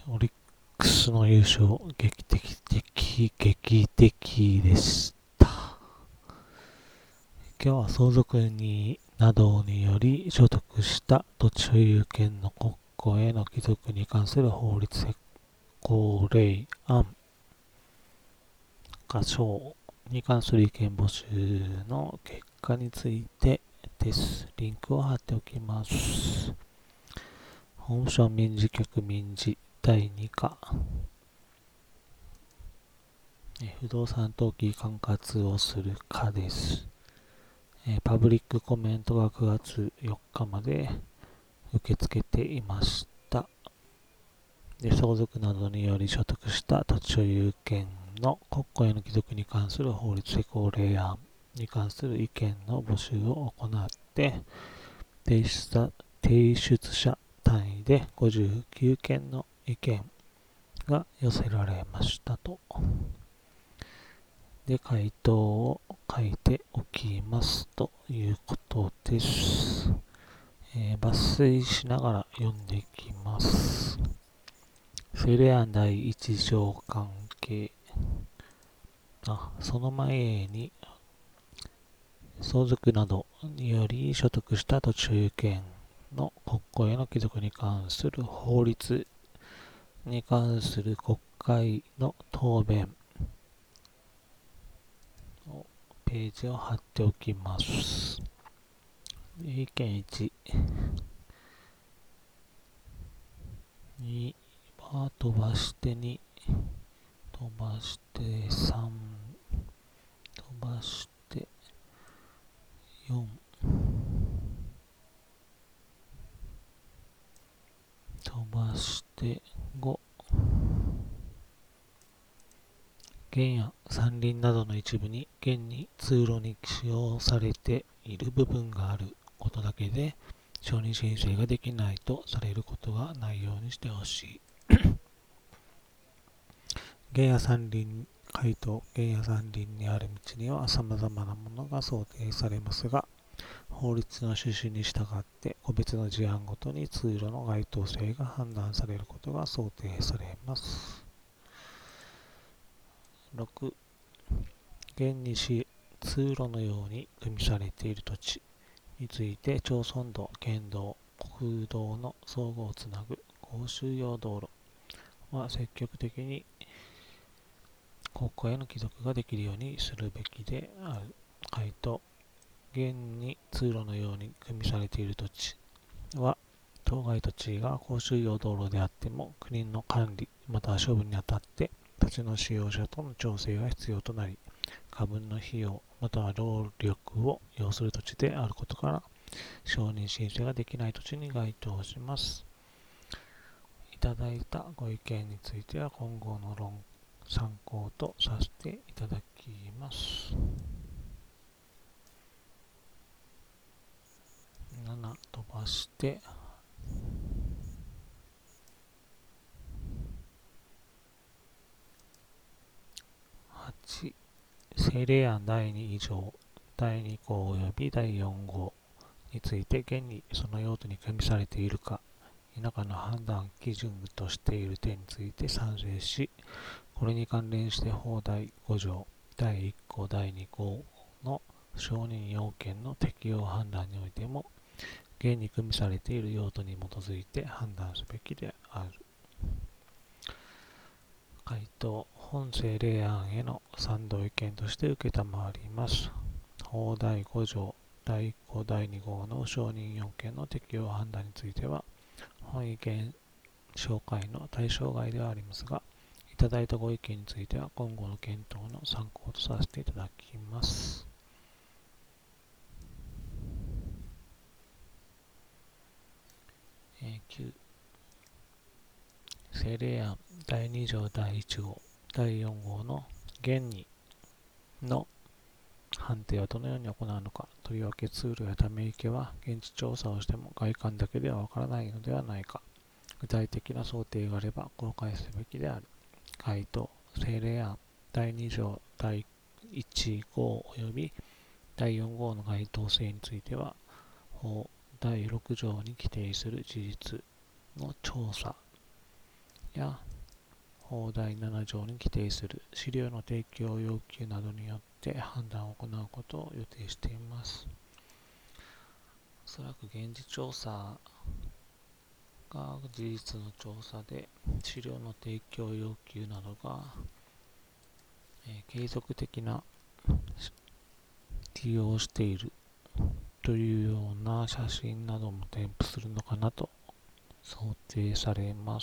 オリックスの優勝、劇的でした。今日は相続人などにより所得した土地所有権の国庫への帰属に関する法律施行令案箇所に関する意見募集の結果についてです。リンクを貼っておきます。法務省民事局民事第2課不動産登記管轄をする課です。パブリックコメントが9月4日まで受け付けていました。で、相続などにより所得した土地所有権の国庫への帰属に関する法律施行令案に関する意見の募集を行って、提出者単位で59件の意見が寄せられましたと。で、回答を書いておきますということです。抜粋しながら読んでいきます。セレアン第一条関係。その前に、相続などにより所得した土地所有権の国庫への帰属に関する法律に関する国会の答弁のページを貼っておきます。意見1。2は飛ばして2、飛ばして3、飛ばして4、飛ばして5。原や山林などの一部に現に通路に使用されている部分があることだけで承認申請ができないとされることがないようにしてほしい。原野山林回答。原野山林にある道には様々なものが想定されますが、法律の趣旨に従って個別の事案ごとに通路の該当性が判断されることが想定されます。6、現に通路のように組みされている土地について町村道、県道、国道の相互をつなぐ公衆用道路は積極的に国庫への帰属ができるようにするべきである。回答。現に通路のように組みされている土地は当該土地が公衆用道路であっても国の管理または処分にあたって土地の使用者との調整が必要となり、過分の費用または労力を要する土地であることから承認申請ができない土地に該当します。いただいたご意見については今後の参考とさせていただきます。7飛ばして8、政令案第2以上第2項及び第4号について現にその用途に組みされているか否かの判断基準としている点について賛成し、これに関連して法第5条第1項第2項の承認要件の適用判断においても現に組みされている用途に基づいて判断すべきである。回答。本政令案への賛同意見として承ります。法第5条第1項第2号の承認要件の適用判断については本意見紹介の対象外ではありますが、いただいたご意見については今後の検討の参考とさせていただきます。9、政令案第2条第1号第4号の現にの判定はどのように行うのか。とりわけ通路やため池は現地調査をしても外観だけではわからないのではないか。具体的な想定があれば公開すべきである。回答。政令案第2条第1号及び第4号の該当性については法第6条に規定する事実の調査や法第7条に規定する資料の提供要求などによって判断を行うことを予定しています。おそらく現地調査が事実の調査で資料の提供要求などが、継続的な利用しているというような写真なども添付するのかなと想定されます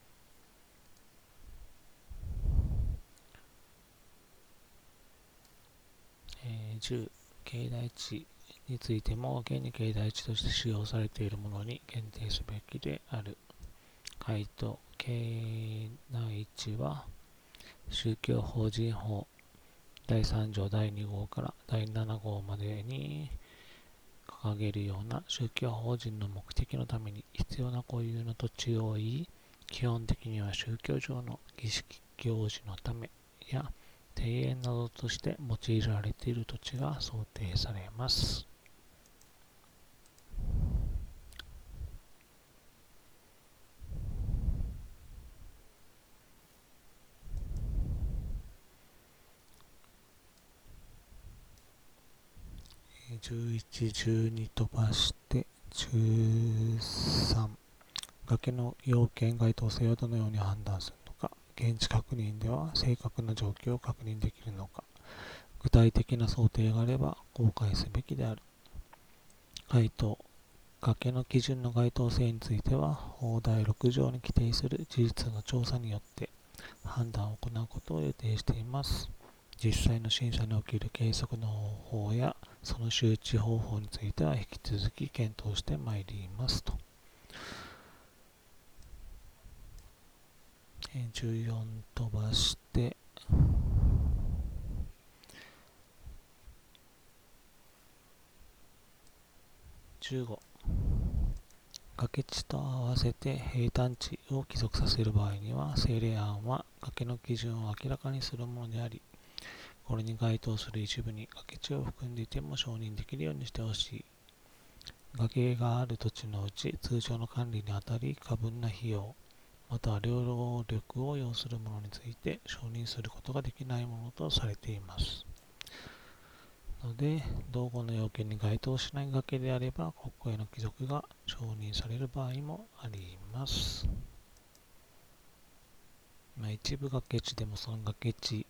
。10、境内地についても現に境内地として使用されているものに限定すべきである。回答、境内地は宗教法人法第3条第2号から第7号までに掲げるような宗教法人の目的のために必要な固有の土地を言い、基本的には宗教上の儀式行事のためや庭園などとして用いられている土地が想定されます。11、12飛ばして13、崖の要件該当性をどのように判断するのか、現地確認では正確な状況を確認できるのか、具体的な想定があれば公開すべきである。回答、崖の基準の該当性については法第6条に規定する事実の調査によって判断を行うことを予定しています。実際の審査における計測の方法やその周知方法については引き続き検討してまいりますと。14飛ばして15、崖地と合わせて平坦地を帰属させる場合には政令案は崖の基準を明らかにするものであり、これに該当する一部に崖地を含んでいても承認できるようにしてほしい。崖がある土地のうち通常の管理にあたり過分な費用または労力を要するものについて承認することができないものとされていますので、同後の要件に該当しない崖であれば国庫への帰属が承認される場合もあります。一部崖地でもその崖地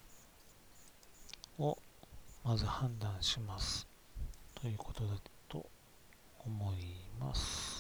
をまず判断しますということだと思います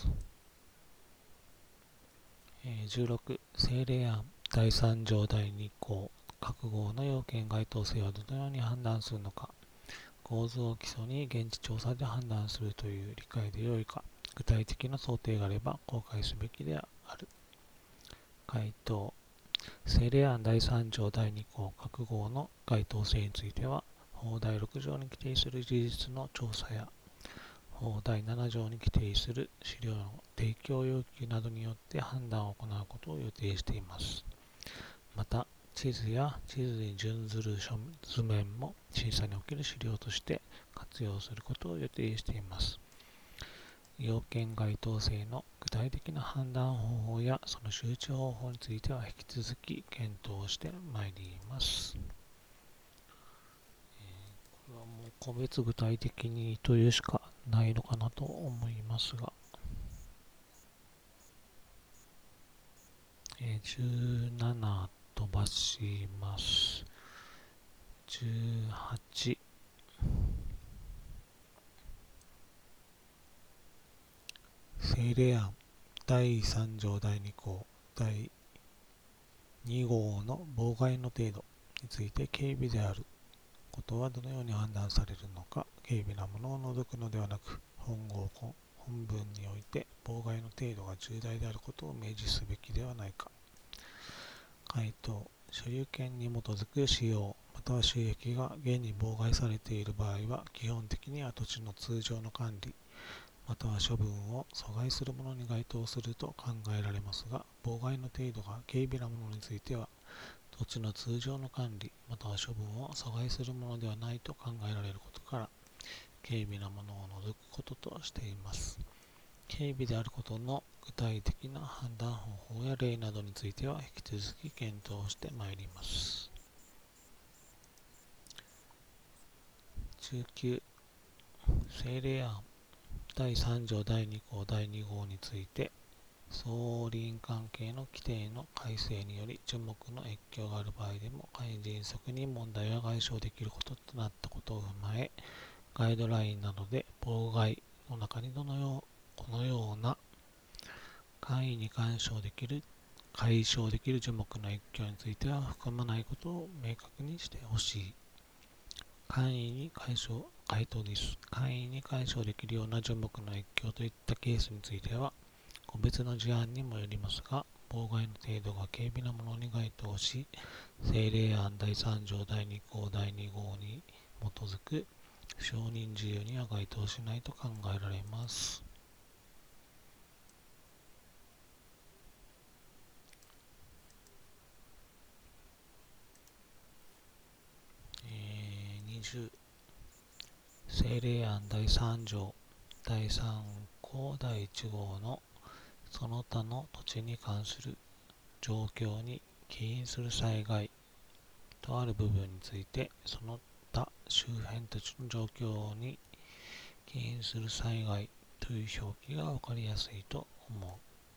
。16、政令案第3条第2項各号の要件該当性はどのように判断するのか、構図を基礎に現地調査で判断するという理解でよいか、具体的な想定があれば公開すべきである。回答、政令案第3条第2項各号の該当性については法第6条に規定する事実の調査や法第7条に規定する資料の提供要求などによって判断を行うことを予定しています。また、地図や地図に準ずる図面も審査における資料として活用することを予定しています。要件該当性の具体的な判断方法やその周知方法については引き続き検討してまいります。これはもう個別具体的にというしかないのかなと思いますが、17飛ばします。18、政令案第3条第2項第2号の妨害の程度について軽微であることはどのように判断されるのか、軽微なものを除くのではなく本文において妨害の程度が重大であることを明示すべきではないか。回答、所有権に基づく使用または収益が現に妨害されている場合は基本的には土地の通常の管理または処分を阻害するものに該当すると考えられますが、妨害の程度が軽微なものについては土地の通常の管理または処分を阻害するものではないと考えられることから軽微なものを除くこととしています。 軽微であることの具体的な判断方法や例などについては引き続き検討してまいります。19、政令案第3条第2項第2号について、相輪関係の規定の改正により樹木の越境がある場合でも迅速に問題が解消できることとなったことを踏まえ、ガイドラインなどで妨害の中にこのような簡易に解消できる樹木の越境については含まないことを明確にしてほしい。簡易に解消できるような樹木の越境といったケースについては、個別の事案にもよりますが、妨害の程度が軽微なものに該当し、政令案第3条第2項第2号に基づく承認自由には該当しないと考えられます。20、政令案第3条第3項第1号のその他の土地に関する状況に起因する災害とある部分について、その他周辺土地の状況に起因する災害という表記が分かりやすいと思う。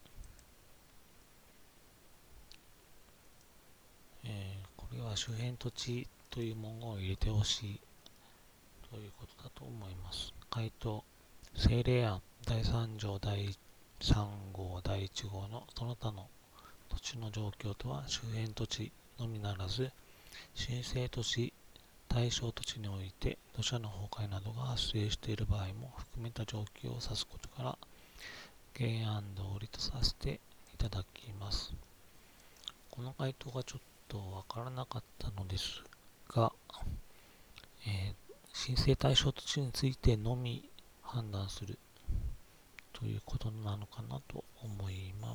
これは周辺土地という文言を入れてほしいということだと思います。回答、政令案第3条第3号第1号のその他の土地の状況とは周辺土地のみならず、申請土地、対象土地において土砂の崩壊などが発生している場合も含めた状況を指すことから、原案通りとさせていただきます。この回答がちょっとわからなかったのですが、申請対象土地についてのみ判断するということなのかなと思います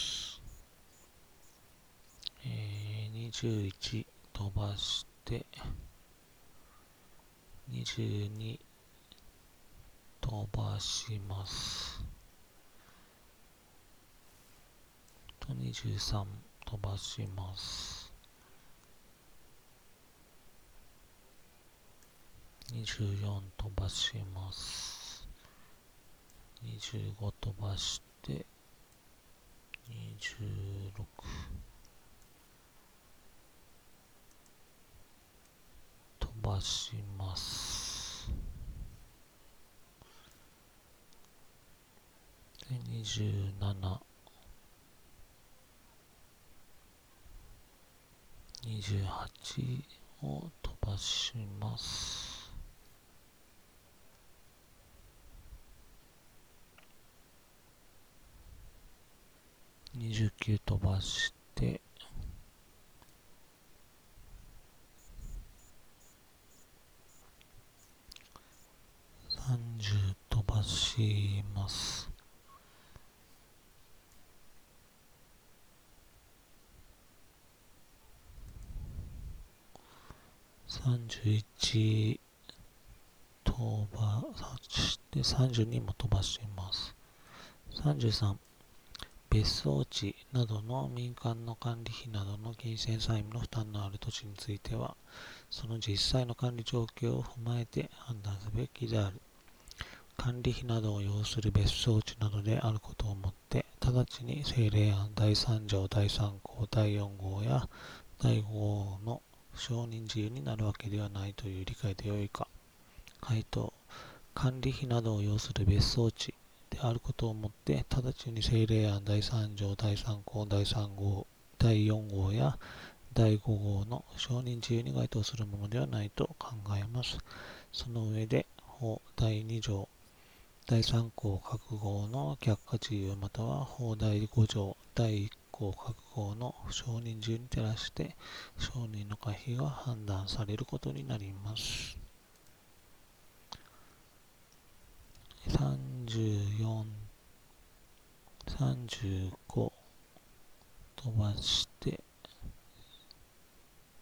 。21飛ばして22飛ばします。と23飛ばします。24飛ばします。25飛ばして26飛ばします。で、27、28を飛ばします。29飛ばして30飛ばします。31飛ばして32も飛ばします。33、別荘地などの民間の管理費などの金銭債務の負担のある土地については、その実際の管理状況を踏まえて判断すべきである。管理費などを要する別荘地などであることをもって、直ちに政令案第3条第3項第4号や第5号の承認自由になるわけではないという理解でよいか。回答、管理費などを要する別荘地であることをもって、直ちに政令案第3条第3項第3号第4号や第5号の承認自由に該当するものではないと考えます。その上で、法第2条第3項各号の却下自由または法第5条第1項各号の承認自由に照らして承認の可否が判断されることになります。34、35飛ばして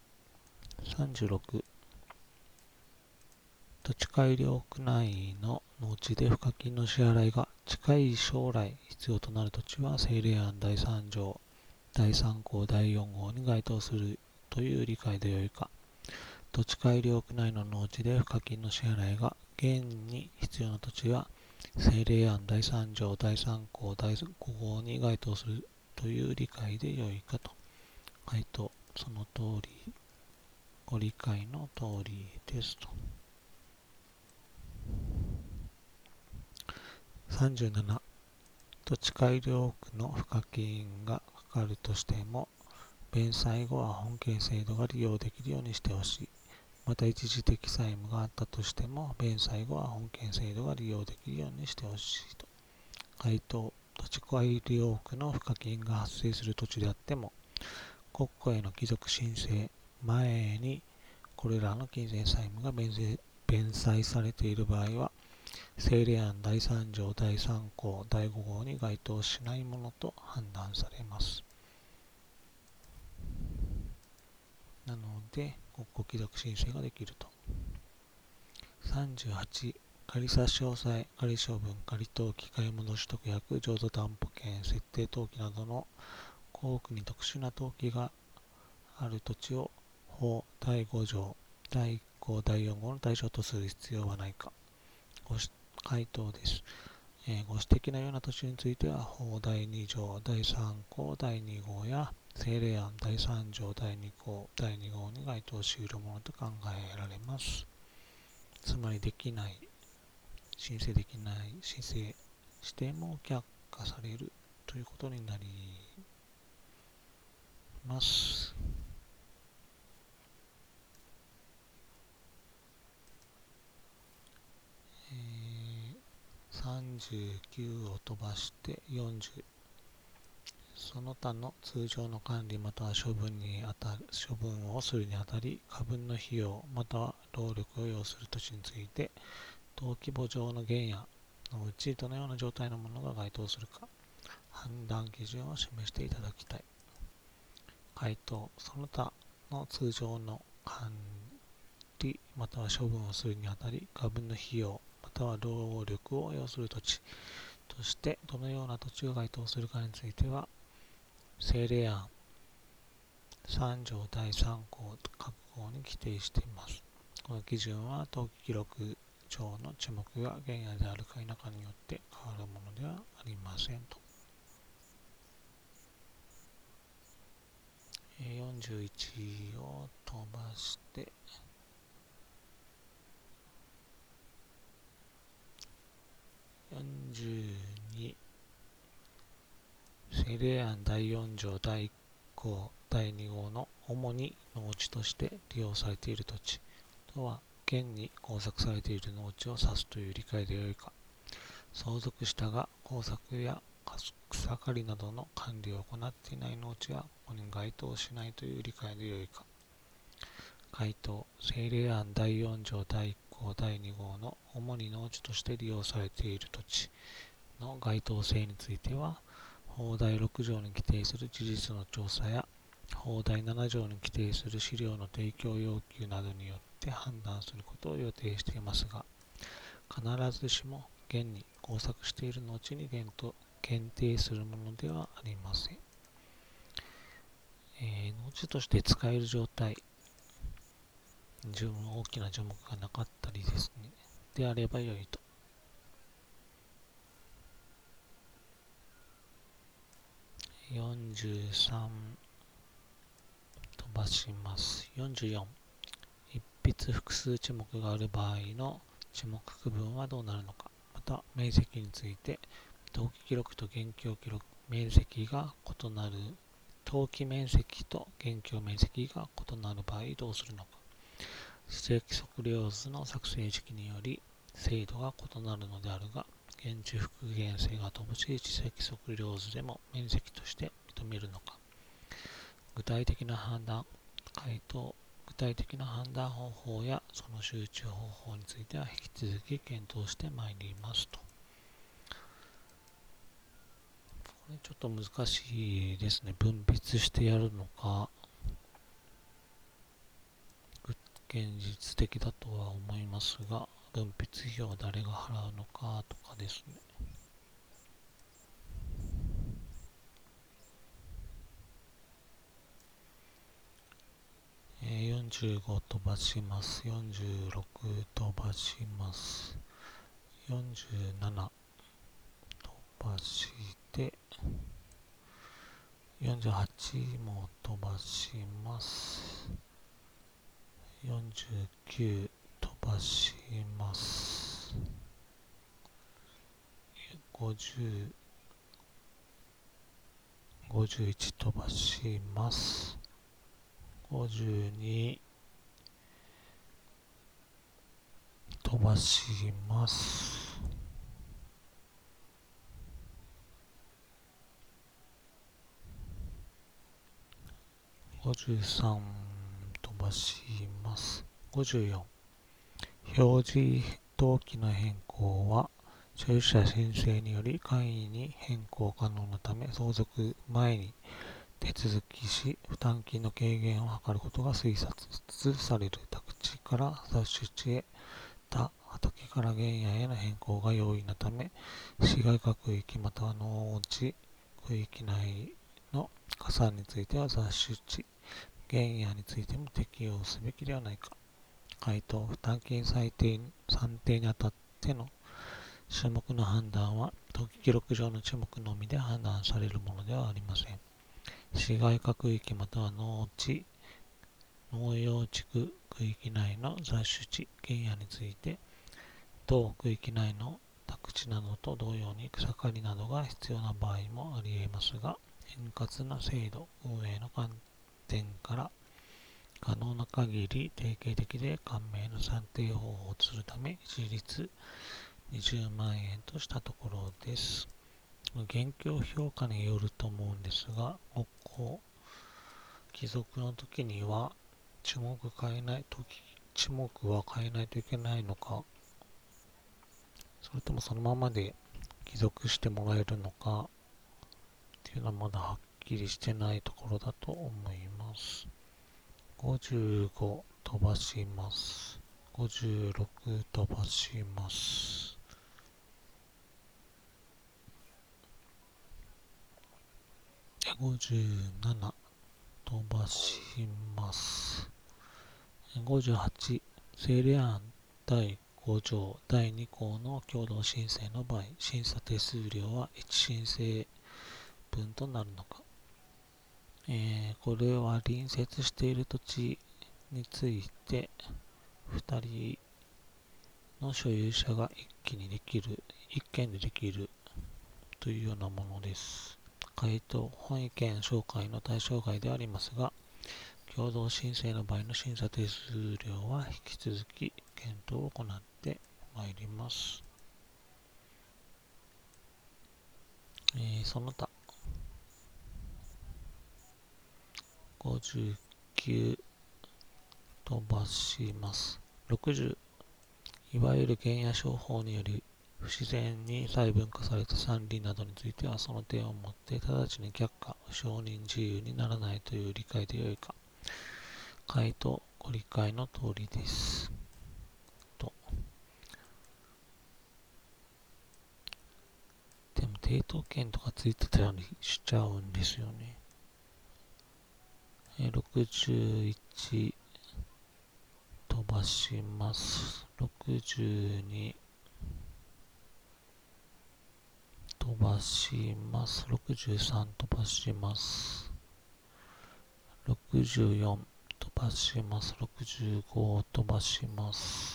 36、土地改良区内の農地で賦課金の支払いが近い将来必要となる土地は政令案第3条第3項第4号に該当するという理解でよいか。土地改良区内の農地で賦課金の支払いが現に必要な土地は政令案第3条第3項第5号に該当するという理解でよいかと。回答、その通り、ご理解の通りですと。37、土地改良区の賦課金がかかるとしても、弁済後は本件制度が利用できるようにしてほしい。また一時的債務があったとしても、弁済後は本件制度が利用できるようにしてほしいと。回答、土地改良区の賦課金が発生する土地であっても、国庫への帰属申請前にこれらの金銭債務が弁済されている場合は、政令案第3条第3項第5号に該当しないものと判断されます。なので、国庫帰属申請ができると。38、仮差し押さえ、仮処分、仮登記、買い戻し特約、譲渡担保権、設定登記などの公区に特殊な登記がある土地を法第5条第1項第4号の対象とする必要はないか。回答です。ご指摘のような土地については、法第2条第3項第2号や政令案第3条第2項第2号に該当し得るものと考えられます。つまり申請できない、申請しても却下されるということになります。39を飛ばして40、その他の通常の管理または処分をするにあたり過分の費用または労力を要する土地について登記簿上の原野のうちどのような状態のものが該当するか判断基準を示していただきたい。回答、その他の通常の管理または処分をするにあたり過分の費用または労力を要する土地としてどのような土地が該当するかについては政令案3条第3項各項に規定しています。この基準は登記記録上の地目が原野であるか否かによって変わるものではありませんと。41を飛ばして42、政令案第4条第1項第2号の主に農地として利用されている土地とは現に耕作されている農地を指すという理解でよいか。相続したが耕作や草刈りなどの管理を行っていない農地はここに該当しないという理解でよいか。回答、政令案第4条第1項第2号の主に農地として利用されている土地の該当性については法第6条に規定する事実の調査や法第7条に規定する資料の提供要求などによって判断することを予定していますが、必ずしも現に工作している農地に限定するものではありません。農地として使える状態、大きな樹木がなかったりですね、であれば良いと。43飛ばします。44、一筆複数地目がある場合の地目区分はどうなるのか。また面積について登記記録と現況記録面積が異なる登記面積と現況面積が異なる場合どうするのか。積測量図の作成時期により精度が異なるのであるが、現地復元性が乏しい積測量図でも面積として認めるのか。具体的な判断方法やその集中方法については引き続き検討してまいりますと。これちょっと難しいですね。分別してやるのか現実的だとは思いますが、 分泌費用は誰が払うのかとかですね。45飛ばします。46飛ばします。47飛ばして、48も飛ばします。49飛ばします。50、51飛ばします。52飛ばします。53飛ばします。54、表示登記の変更は所有者申請により簡易に変更可能なため、相続前に手続きし、負担金の軽減を図ることが推察される。宅地から雑種地へ、他畑から原野への変更が容易なため、市街化区域または農地区域内の加算については雑種地、原野についても適用すべきではないか。回答、負担金算定にあたっての種目の判断は、登記記録上の種目のみで判断されるものではありません。市街化区域または農業地区区域内の雑種地、原野について、同区域内の宅地などと同様に草刈りなどが必要な場合もあり得ますが、円滑な制度運営の観点から可能な限り定型的で簡明な算定方法をするため、一律20万円としたところです。現況評価によると思うんですが、帰属の時には地目は変えないといけないのか、それともそのままで帰属してもらえるのかっていうのはまだはっきりしてないところだと思います。55飛ばします。56飛ばします。57飛ばします。58、政令案第5条第2項の共同申請の場合、審査手数料は1申請分となるのか。これは隣接している土地について2人の所有者が一軒でできるというようなものです。回答、本意見紹介の対象外でありますが、共同申請の場合の審査手数料は引き続き検討を行ってまいります。その他、59飛ばします。60、いわゆる原野商法により不自然に細分化された山林などについては、その点をもって直ちに却下、承認自由にならないという理解でよいか。回答、ご理解の通りです。でも、抵当権とかついてたりしちゃうんですよね。61飛ばします。62飛ばします。63飛ばします。64飛ばします。65飛ばします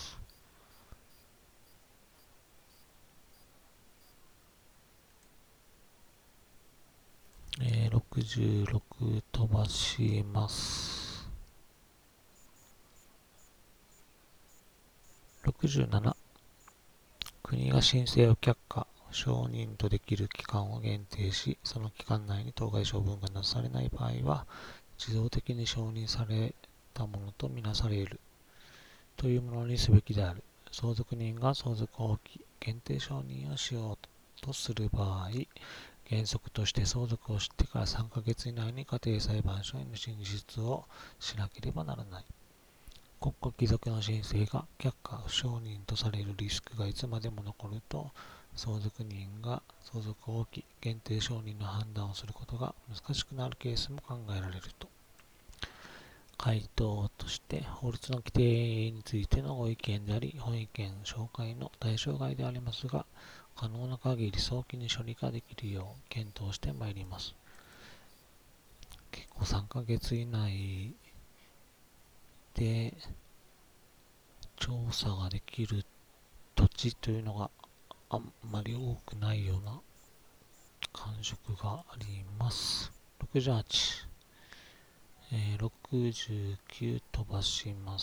。66飛ばします。67、国が申請を却下、承認とできる期間を限定し、その期間内に当該処分がなされない場合は、自動的に承認されたものとみなされるというものにすべきである。相続人が相続放棄、限定承認をしようとする場合、原則として相続を知ってから3ヶ月以内に家庭裁判所への申述をしなければならない。 国家貴族の申請が却下不承認とされるリスクがいつまでも残ると、相続人が相続放棄、限定承認の判断をすることが難しくなるケースも考えられると。回答として、法律の規定についてのご意見であり、本意見紹介の対象外でありますが、可能な限り早期に処理ができるよう検討してまいります。結構3ヶ月以内で調査ができる土地というのがあんまり多くないような感触があります。68、69飛ばします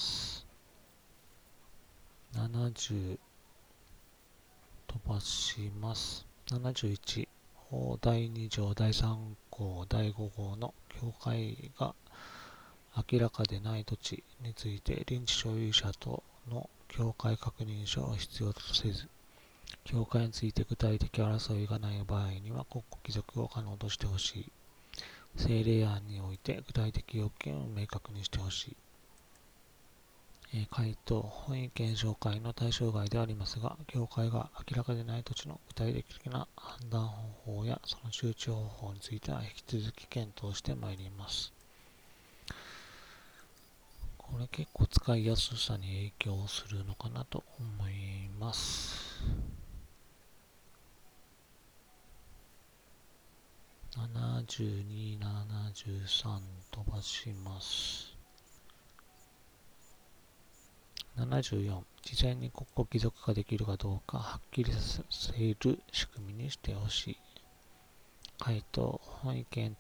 。70飛ばします。71、法第2条第3項第5号の境界が明らかでない土地について臨時所有者との境界確認書を必要とせず、境界について具体的争いがない場合には国庫帰属を可能としてほしい。政令案において具体的要件を明確にしてほしい。回答、本意見紹介の対象外でありますが、境界が明らかでない土地の具体的な判断方法やその周知方法については引き続き検討してまいります。これ結構使いやすさに影響するのかなと思います。72、73飛ばします。74、事前に国庫帰属ができるかどうかはっきりさせる仕組みにしてほしい。回答、本意見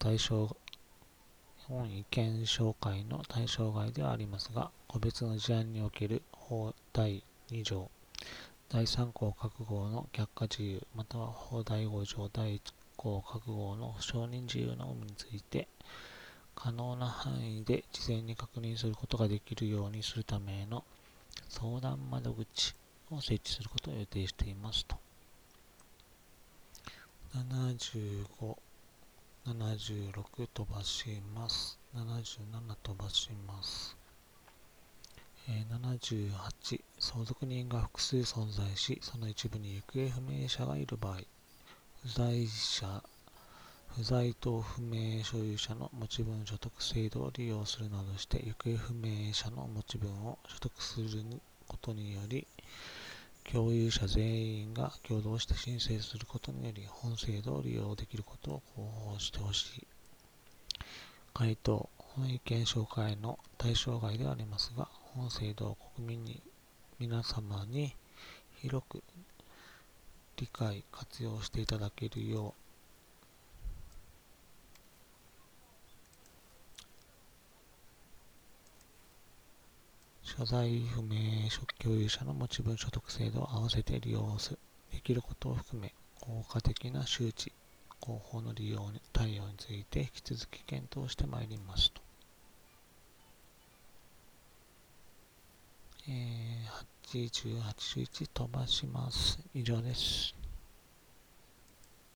紹介の対象外ではありますが、個別の事案における法第2条第3項各号の却下自由、または法第5条第1項各号の不承認自由の有無について、可能な範囲で事前に確認することができるようにするための相談窓口を設置することを予定していますと。75、76飛ばします。77飛ばします。78、相続人が複数存在し、その一部に行方不明者がいる場合、不在等不明所有者の持ち分所得制度を利用するなどして行方不明者の持ち分を所得することにより、共有者全員が共同して申請することにより本制度を利用できることを広報してほしい。回答、本意見紹介の対象外でありますが、本制度を国民に皆様に広く理解活用していただけるよう所在不明共有者の持ち分所得制度を合わせて利用できることを含め、効果的な周知広報の利用対応について引き続き検討してまいりますと。80、81飛ばします。以上です。